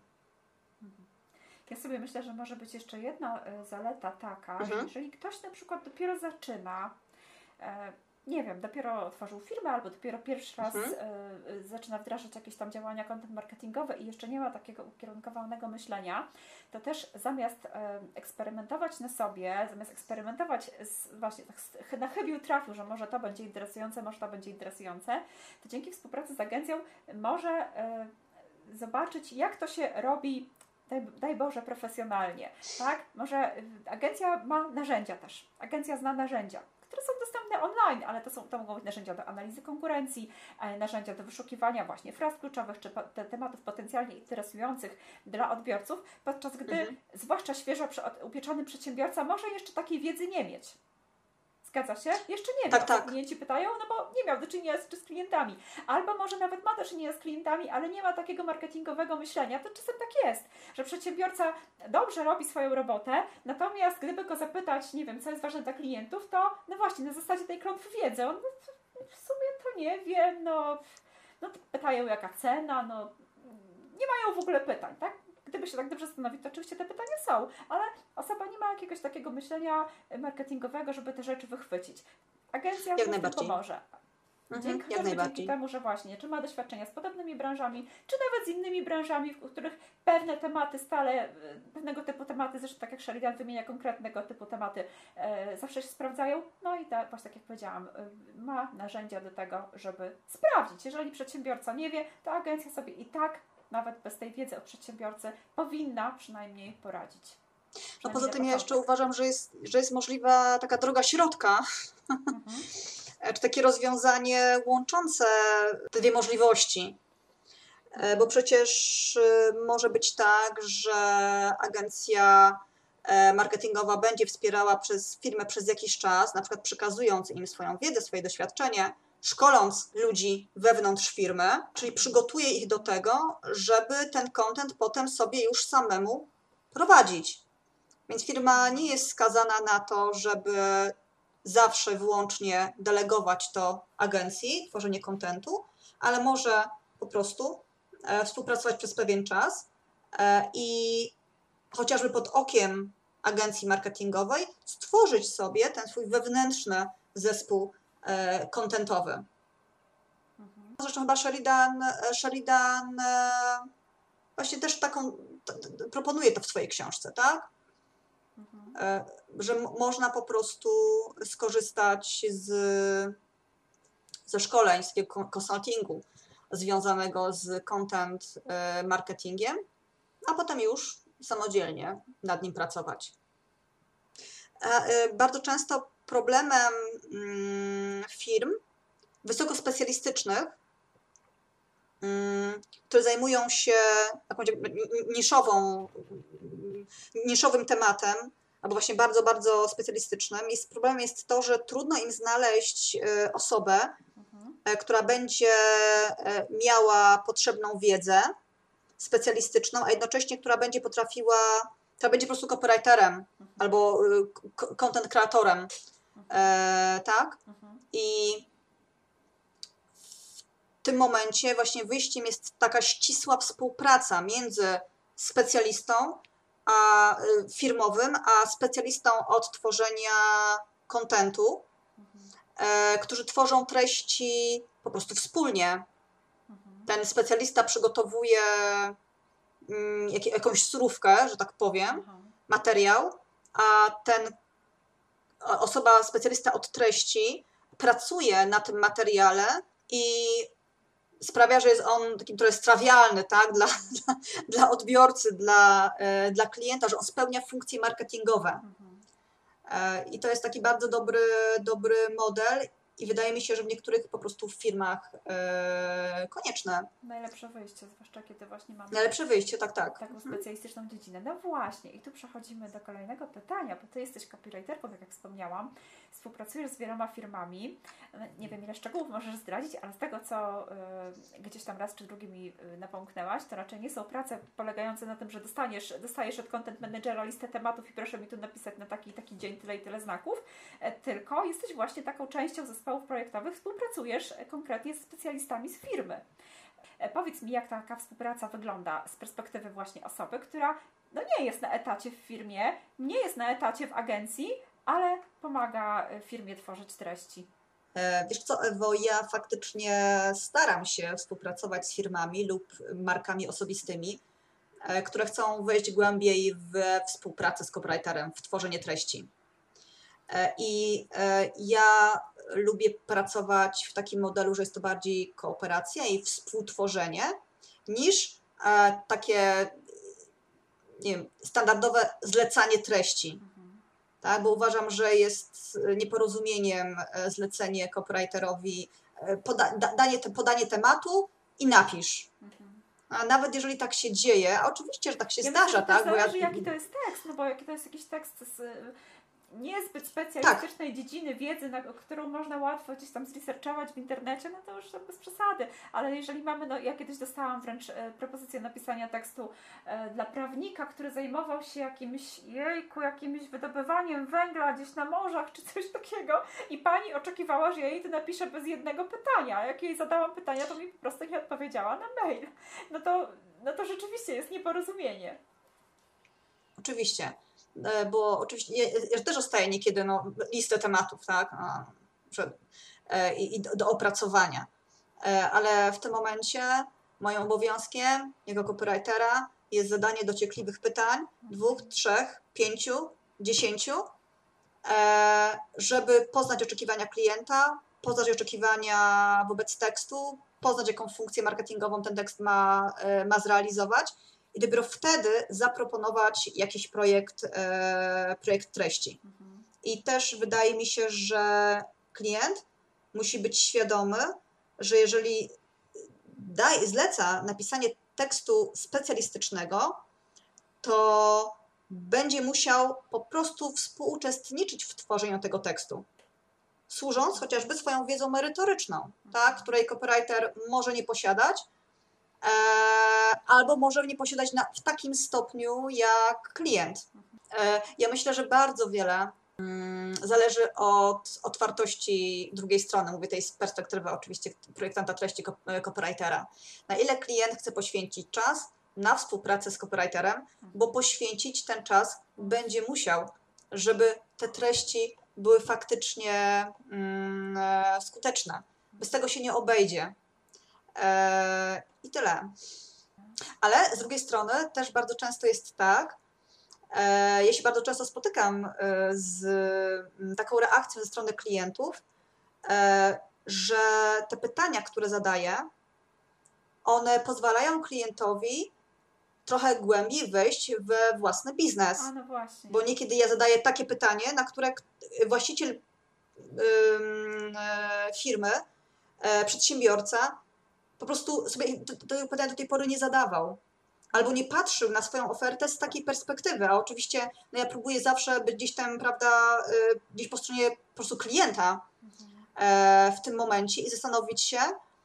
Ja sobie myślę, że może być jeszcze jedna zaleta taka, że jeżeli ktoś na przykład dopiero zaczyna, nie wiem, dopiero otworzył firmę albo dopiero pierwszy raz zaczyna wdrażać jakieś tam działania content marketingowe i jeszcze nie ma takiego ukierunkowanego myślenia, to też zamiast eksperymentować na sobie, zamiast eksperymentować właśnie tak na chybił trafił, że może to będzie interesujące, może to będzie interesujące, to dzięki współpracy z agencją może zobaczyć, jak to się robi, daj Boże, profesjonalnie, tak? Może agencja ma narzędzia też. Agencja zna narzędzia, które są dostępne online, ale to mogą być narzędzia do analizy konkurencji, narzędzia do wyszukiwania właśnie fraz kluczowych, czy tematów potencjalnie interesujących dla odbiorców, podczas gdy zwłaszcza świeżo upieczony przedsiębiorca może jeszcze takiej wiedzy nie mieć. Zgadza się? Jeszcze nie wiem, tak. Klienci pytają, no bo nie miał do czynienia z klientami. Albo może nawet ma do czynienia z klientami, ale nie ma takiego marketingowego myślenia. To czasem tak jest, że przedsiębiorca dobrze robi swoją robotę, natomiast gdyby go zapytać, nie wiem, co jest ważne dla klientów, to no właśnie, na zasadzie tej klątwy wiedzy. On w sumie to nie wie, no pytają jaka cena, nie mają w ogóle pytań, tak? Gdyby się tak dobrze zastanowić, to oczywiście te pytania są, ale osoba nie ma jakiegoś takiego myślenia marketingowego, żeby te rzeczy wychwycić. Agencja w tym pomoże. Dzięki temu, że właśnie, czy ma doświadczenia z podobnymi branżami, czy nawet z innymi branżami, w których pewne tematy pewnego typu tematy, zresztą tak jak Sheridan wymienia konkretnego typu tematy, zawsze się sprawdzają. No i właśnie tak jak powiedziałam, ma narzędzia do tego, żeby sprawdzić. Jeżeli przedsiębiorca nie wie, to agencja sobie i tak nawet bez tej wiedzy od przedsiębiorcy powinna przynajmniej poradzić. No poza tym ja jeszcze uważam, że jest możliwa taka droga środka, czy takie rozwiązanie łączące te dwie możliwości. Bo przecież może być tak, że agencja marketingowa będzie wspierała firmę przez jakiś czas, na przykład przekazując im swoją wiedzę, swoje doświadczenie, szkoląc ludzi wewnątrz firmy, czyli przygotuje ich do tego, żeby ten content potem sobie już samemu prowadzić. Więc firma nie jest skazana na to, żeby zawsze wyłącznie delegować to agencji, tworzenie kontentu, ale może po prostu współpracować przez pewien czas i chociażby pod okiem agencji marketingowej stworzyć sobie ten swój wewnętrzny zespół kontentowy. Zresztą chyba Sheridan właśnie też taką proponuje to w swojej książce, tak? Że można po prostu skorzystać ze szkoleń, z takiego consultingu związanego z content marketingiem, a potem już samodzielnie nad nim pracować. Bardzo często problemem firm wysokospecjalistycznych, które zajmują się niszowym tematem, albo właśnie bardzo, bardzo specjalistycznym, problemem jest to, że trudno im znaleźć osobę, która będzie miała potrzebną wiedzę specjalistyczną, a jednocześnie która będzie po prostu copywriterem albo content kreatorem, tak? I w tym momencie właśnie wyjściem jest taka ścisła współpraca między specjalistą firmowym, a specjalistą od tworzenia kontentu, którzy tworzą treści po prostu wspólnie. Ten specjalista przygotowuje jakąś surówkę, że tak powiem, materiał, a specjalista od treści pracuje na tym materiale i sprawia, że jest on takim trochę strawialny, tak, dla odbiorcy, dla klienta, że on spełnia funkcje marketingowe. I to jest taki bardzo dobry model i wydaje mi się, że w niektórych po prostu firmach konieczne. Najlepsze wyjście, zwłaszcza kiedy właśnie mamy najlepsze wyjście, tak. taką specjalistyczną dziedzinę. No właśnie, i tu przechodzimy do kolejnego pytania, bo Ty jesteś copywriterką, tak jak wspomniałam, współpracujesz z wieloma firmami. Nie wiem, ile szczegółów możesz zdradzić, ale z tego, co gdzieś tam raz czy drugi mi napomknęłaś, to raczej nie są prace polegające na tym, że dostajesz od content managera listę tematów i proszę mi tu napisać na taki dzień tyle i tyle znaków, tylko jesteś właśnie taką częścią zespołów projektowych, współpracujesz konkretnie z specjalistami z firmy. Powiedz mi, jak taka współpraca wygląda z perspektywy właśnie osoby, która nie jest na etacie w firmie, nie jest na etacie w agencji, ale pomaga firmie tworzyć treści. Wiesz co, Ewo, ja faktycznie staram się współpracować z firmami lub markami osobistymi, które chcą wejść głębiej w współpracę z copywriterem, w tworzenie treści. I ja lubię pracować w takim modelu, że jest to bardziej kooperacja i współtworzenie, niż takie, nie wiem, standardowe zlecanie treści. Tak? Bo uważam, że jest nieporozumieniem zlecenie copywriterowi podanie tematu i napisz. A nawet jeżeli tak się dzieje, a oczywiście, że tak się zdarza, myślę, tak? Zależy, jaki to jest tekst, no bo jaki to jest jakiś tekst z niezbyt specjalistycznej dziedziny wiedzy, którą można łatwo gdzieś tam zresearchować w internecie, no to już to bez przesady. Ale jeżeli mamy, ja kiedyś dostałam wręcz propozycję napisania tekstu dla prawnika, który zajmował się jakimś wydobywaniem węgla gdzieś na morzach, czy coś takiego i pani oczekiwała, że ja jej to napiszę bez jednego pytania. A jak jej zadałam pytania, to mi po prostu nie odpowiedziała na mail. No to rzeczywiście jest nieporozumienie. Oczywiście. Bo oczywiście ja też dostaję niekiedy listę tematów, tak, i do opracowania, ale w tym momencie moim obowiązkiem jako copywritera jest zadanie dociekliwych pytań, 2, 3, 5, 10, żeby poznać oczekiwania klienta, poznać oczekiwania wobec tekstu, poznać, jaką funkcję marketingową ten tekst ma zrealizować. I dopiero wtedy zaproponować jakiś projekt treści. I też wydaje mi się, że klient musi być świadomy, że jeżeli zleca napisanie tekstu specjalistycznego, to będzie musiał po prostu współuczestniczyć w tworzeniu tego tekstu, służąc chociażby swoją wiedzą merytoryczną, tak, której copywriter może nie posiadać, albo może nie posiadać w takim stopniu jak klient. Ja myślę, że bardzo wiele zależy od otwartości drugiej strony, mówię tej z perspektywy oczywiście projektanta treści, copywritera. Na ile klient chce poświęcić czas na współpracę z copywriterem, bo poświęcić ten czas będzie musiał, żeby te treści były faktycznie skuteczne. Bez tego się nie obejdzie. I tyle. Ale z drugiej strony też bardzo często jest tak, ja się bardzo często spotykam z taką reakcją ze strony klientów, że te pytania, które zadaję, one pozwalają klientowi trochę głębiej wejść we własny biznes. A, no właśnie. Bo niekiedy ja zadaję takie pytanie, na które właściciel firmy, przedsiębiorca po prostu sobie tego pytania do tej pory nie zadawał. Albo nie patrzył na swoją ofertę z takiej perspektywy, a oczywiście no ja próbuję zawsze być gdzieś tam, prawda, gdzieś po stronie po prostu klienta w tym momencie i zastanowić się,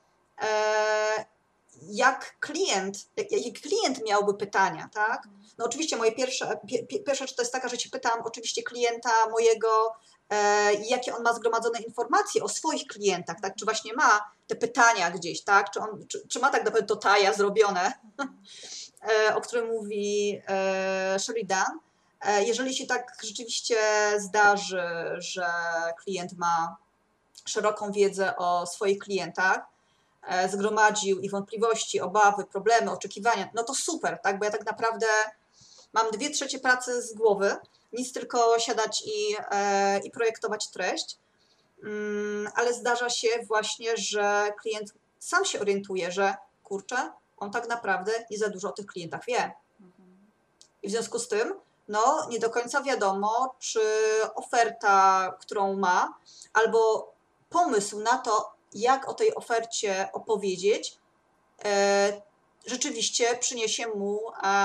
jak klient miałby pytania, tak? No oczywiście moje pierwsza rzecz to jest taka, że się pytam oczywiście klienta mojego, jakie on ma zgromadzone informacje o swoich klientach, tak? Czy właśnie ma te pytania gdzieś, tak? Czy ma tak naprawdę to taja zrobione, o którym mówi Sheridan. Jeżeli się tak rzeczywiście zdarzy, że klient ma szeroką wiedzę o swoich klientach, zgromadził ich wątpliwości, obawy, problemy, oczekiwania, no to super, tak? Bo ja tak naprawdę mam 2/3 pracy z głowy, nic tylko siadać i projektować treść, ale zdarza się właśnie, że klient sam się orientuje, że kurczę, on tak naprawdę nie za dużo o tych klientach wie. I w związku z tym, no nie do końca wiadomo, czy oferta, którą ma, albo pomysł na to, jak o tej ofercie opowiedzieć, rzeczywiście przyniesie mu,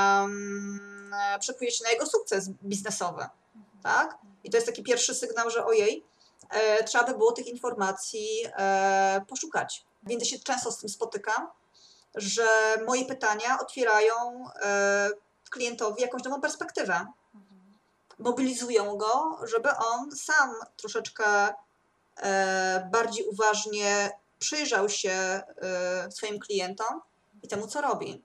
przekuje się na jego sukces biznesowy, tak? I to jest taki pierwszy sygnał, że ojej, trzeba by było tych informacji poszukać. Więc ja się często z tym spotykam, że moje pytania otwierają klientowi jakąś nową perspektywę. Mobilizują go, żeby on sam troszeczkę bardziej uważnie przyjrzał się swoim klientom i temu, co robi.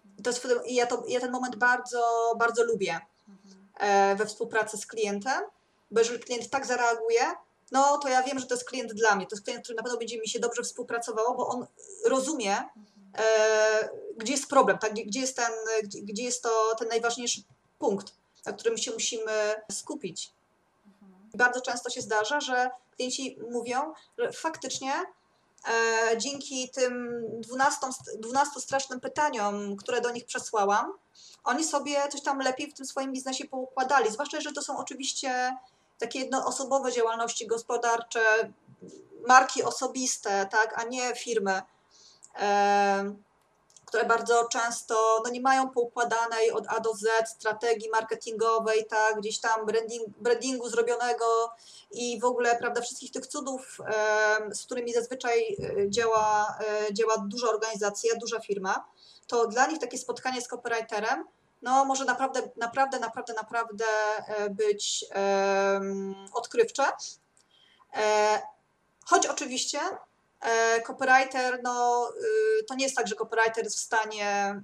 Ja ten moment bardzo, bardzo lubię we współpracy z klientem, bo jeżeli klient tak zareaguje, no to ja wiem, że to jest klient dla mnie, to jest klient, który na pewno będzie mi się dobrze współpracowało, bo on rozumie, gdzie jest problem, tak? Gdzie jest to ten najważniejszy punkt, na którym się musimy skupić. I bardzo często się zdarza, że klienci mówią, że faktycznie dzięki tym 12 strasznym pytaniom, które do nich przesłałam, oni sobie coś tam lepiej w tym swoim biznesie poukładali. Zwłaszcza, że to są oczywiście takie jednoosobowe działalności gospodarcze, marki osobiste, tak, a nie firmy, które bardzo często no, nie mają poukładanej od A do Z strategii marketingowej, tak, gdzieś tam brandingu zrobionego i w ogóle, prawda, wszystkich tych cudów, z którymi zazwyczaj działa duża organizacja, duża firma, to dla nich takie spotkanie z copywriterem no, może naprawdę być odkrywcze. Choć oczywiście copywriter, no to nie jest tak, że copywriter jest w stanie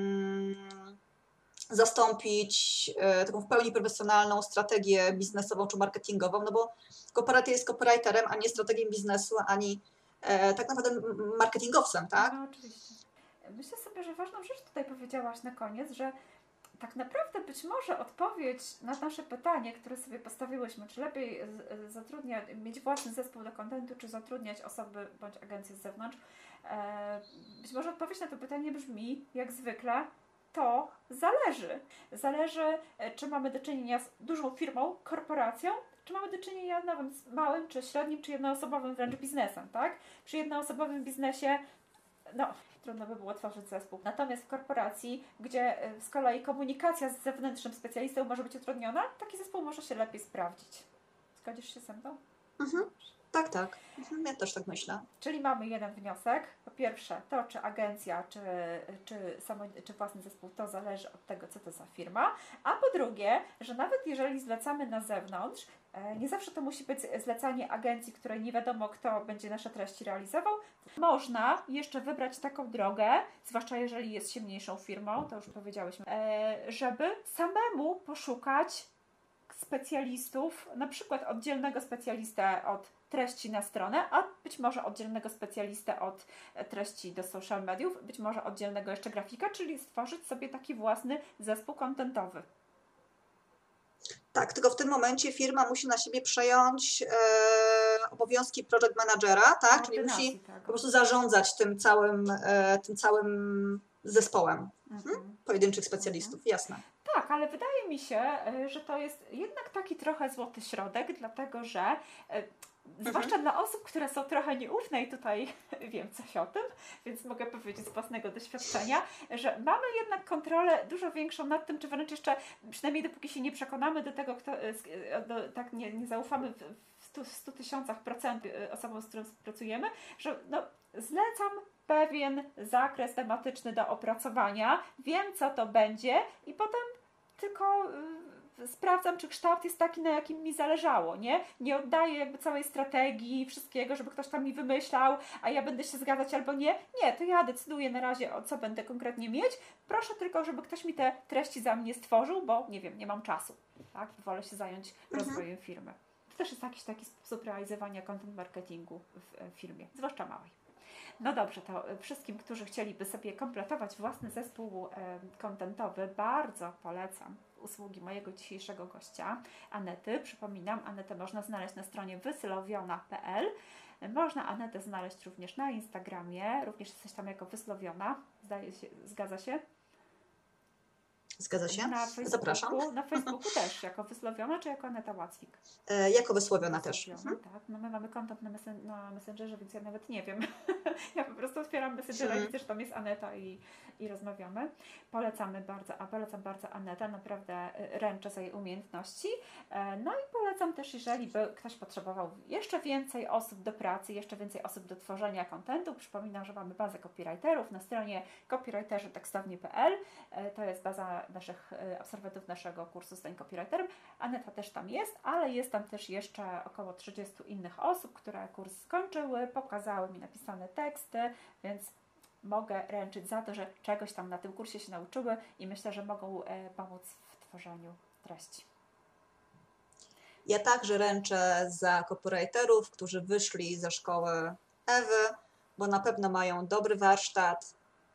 zastąpić taką w pełni profesjonalną strategię biznesową czy marketingową, no bo copywriter jest copywriterem, a nie strategiem biznesu, ani tak naprawdę marketingowcem, tak? No oczywiście. Myślę sobie, że ważną rzecz tutaj powiedziałaś na koniec, że tak naprawdę być może odpowiedź na nasze pytanie, które sobie postawiłyśmy, czy lepiej mieć własny zespół do kontentu, czy zatrudniać osoby bądź agencje z zewnątrz, być może odpowiedź na to pytanie brzmi, jak zwykle, to zależy. Zależy, czy mamy do czynienia z dużą firmą, korporacją, czy mamy do czynienia nawet z małym, czy średnim, czy jednoosobowym wręcz biznesem, tak? Przy jednoosobowym biznesie, no, trudno by było tworzyć zespół. Natomiast w korporacji, gdzie z kolei komunikacja z zewnętrznym specjalistą może być utrudniona, taki zespół może się lepiej sprawdzić. Zgodzisz się ze mną? Tak. Ja też tak myślę. Czyli mamy jeden wniosek. Po pierwsze, to czy agencja, czy własny zespół, to zależy od tego, co to za firma. A po drugie, że nawet jeżeli zlecamy na zewnątrz, nie zawsze to musi być zlecanie agencji, której nie wiadomo, kto będzie nasze treści realizował. Można jeszcze wybrać taką drogę, zwłaszcza jeżeli jest się mniejszą firmą, to już powiedziałyśmy, żeby samemu poszukać specjalistów, na przykład oddzielnego specjalistę od treści na stronę, a być może oddzielnego specjalistę od treści do social mediów, być może oddzielnego jeszcze grafika, czyli stworzyć sobie taki własny zespół kontentowy. Tak, tylko w tym momencie firma musi na siebie przejąć obowiązki project managera, tak? Czyli musi po prostu zarządzać tym całym zespołem pojedynczych specjalistów, jasne. Tak, ale wydaje mi się, że to jest jednak taki trochę złoty środek, dlatego że zwłaszcza dla osób, które są trochę nieufne i tutaj wiem coś o tym, więc mogę powiedzieć z własnego doświadczenia, że mamy jednak kontrolę dużo większą nad tym, czy wręcz jeszcze, przynajmniej dopóki się nie przekonamy do tego, tak nie zaufamy w 100 000% osobom, z którym pracujemy, że zlecam pewien zakres tematyczny do opracowania, wiem, co to będzie i potem tylko sprawdzam, czy kształt jest taki, na jakim mi zależało, nie? Nie oddaję jakby całej strategii, wszystkiego, żeby ktoś tam mi wymyślał, a ja będę się zgadzać albo nie. Nie, to ja decyduję na razie, o co będę konkretnie mieć. Proszę tylko, żeby ktoś mi te treści za mnie stworzył, bo nie wiem, nie mam czasu, tak? Wolę się zająć rozwojem firmy. To też jest jakiś taki sposób realizowania content marketingu w firmie, zwłaszcza małej. No dobrze, to wszystkim, którzy chcieliby sobie kompletować własny zespół kontentowy, bardzo polecam usługi mojego dzisiejszego gościa, Anety. Przypominam, Anetę można znaleźć na stronie wyslowiona.pl. Można Anetę znaleźć również na Instagramie, również jesteś tam jako Wyslowiona, zgadza się? Zgadza się? Zapraszam. Na Facebooku też, jako Wyslowiona, czy jako Aneta Łacwik? Jako Wysłowiona też. Tak, no my mamy kontakt na Messengerze, więc ja nawet nie wiem. Ja po prostu otwieram Messengera i widzę, że tam jest Aneta i rozmawiamy. Polecam bardzo Anetę, naprawdę ręczę za jej umiejętności. No i polecam też, jeżeli by ktoś potrzebował jeszcze więcej osób do pracy, jeszcze więcej osób do tworzenia kontentu. Przypominam, że mamy bazę copywriterów na stronie copywriterzytekstownie.pl. To jest baza naszych absolwentów naszego kursu Stań Copywriterem. Aneta też tam jest, ale jest tam też jeszcze około 30 innych osób, które kurs skończyły, pokazały mi napisane teksty, więc mogę ręczyć za to, że czegoś tam na tym kursie się nauczyły i myślę, że mogą pomóc w tworzeniu treści. Ja także ręczę za copywriterów, którzy wyszli ze szkoły Ewy, bo na pewno mają dobry warsztat,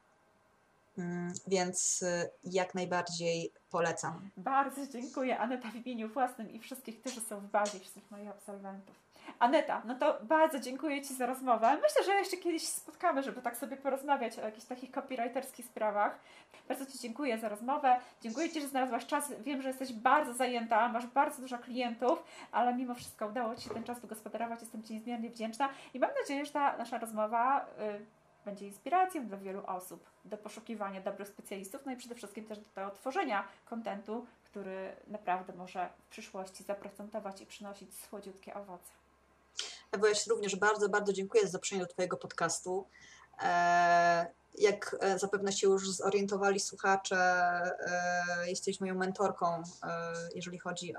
więc jak najbardziej polecam. Bardzo dziękuję, Aneta, w imieniu własnym i wszystkich, którzy są w bazie, wszystkich moich absolwentów. Aneta, no to bardzo dziękuję Ci za rozmowę. Myślę, że jeszcze kiedyś spotkamy, żeby tak sobie porozmawiać o jakichś takich copywriterskich sprawach. Bardzo Ci dziękuję za rozmowę. Dziękuję Ci, że znalazłaś czas. Wiem, że jesteś bardzo zajęta, masz bardzo dużo klientów, ale mimo wszystko udało Ci się ten czas wygospodarować. Jestem Ci niezmiernie wdzięczna i mam nadzieję, że ta nasza rozmowa będzie inspiracją dla wielu osób do poszukiwania dobrych specjalistów, no i przede wszystkim też do tworzenia kontentu, który naprawdę może w przyszłości zaprocentować i przynosić słodziutkie owoce. Ewo, ja Ci również bardzo, bardzo dziękuję za zaproszenie do Twojego podcastu. Jak zapewne się już zorientowali słuchacze, jesteś moją mentorką, jeżeli chodzi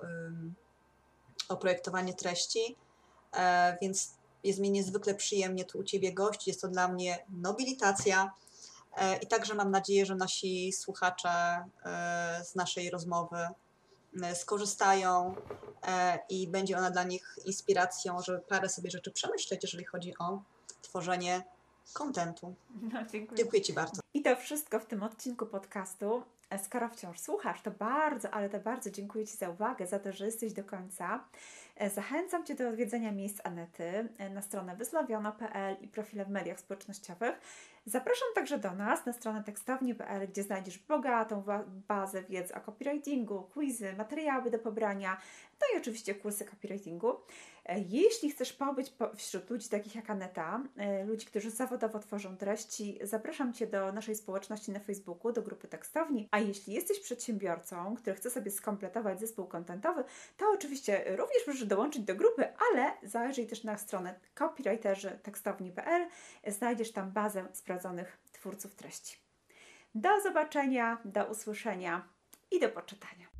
o projektowanie treści, więc jest mi niezwykle przyjemnie tu u Ciebie gościć. Jest to dla mnie nobilitacja i także mam nadzieję, że nasi słuchacze z naszej rozmowy skorzystają i będzie ona dla nich inspiracją, żeby parę sobie rzeczy przemyśleć, jeżeli chodzi o tworzenie kontentu. No, dziękuję. Dziękuję Ci bardzo. I to wszystko w tym odcinku podcastu. Skoro wciąż słuchasz, to bardzo dziękuję Ci za uwagę, za to, że jesteś do końca. Zachęcam Cię do odwiedzenia miejsc Anety na stronę wyslowiona.pl i profile w mediach społecznościowych. Zapraszam także do nas na stronę tekstownie.pl, gdzie znajdziesz bogatą bazę wiedzy o copywritingu, quizy, materiały do pobrania, no i oczywiście kursy copywritingu. Jeśli chcesz pobyć wśród ludzi takich jak Aneta, ludzi, którzy zawodowo tworzą treści, zapraszam Cię do naszej społeczności na Facebooku, do grupy tekstowni. A jeśli jesteś przedsiębiorcą, który chce sobie skompletować zespół kontentowy, to oczywiście również możesz dołączyć do grupy, ale zajrzyj też na stronę copywriterzy.tekstowni.pl. Znajdziesz tam bazę sprawdzonych twórców treści. Do zobaczenia, do usłyszenia i do poczytania.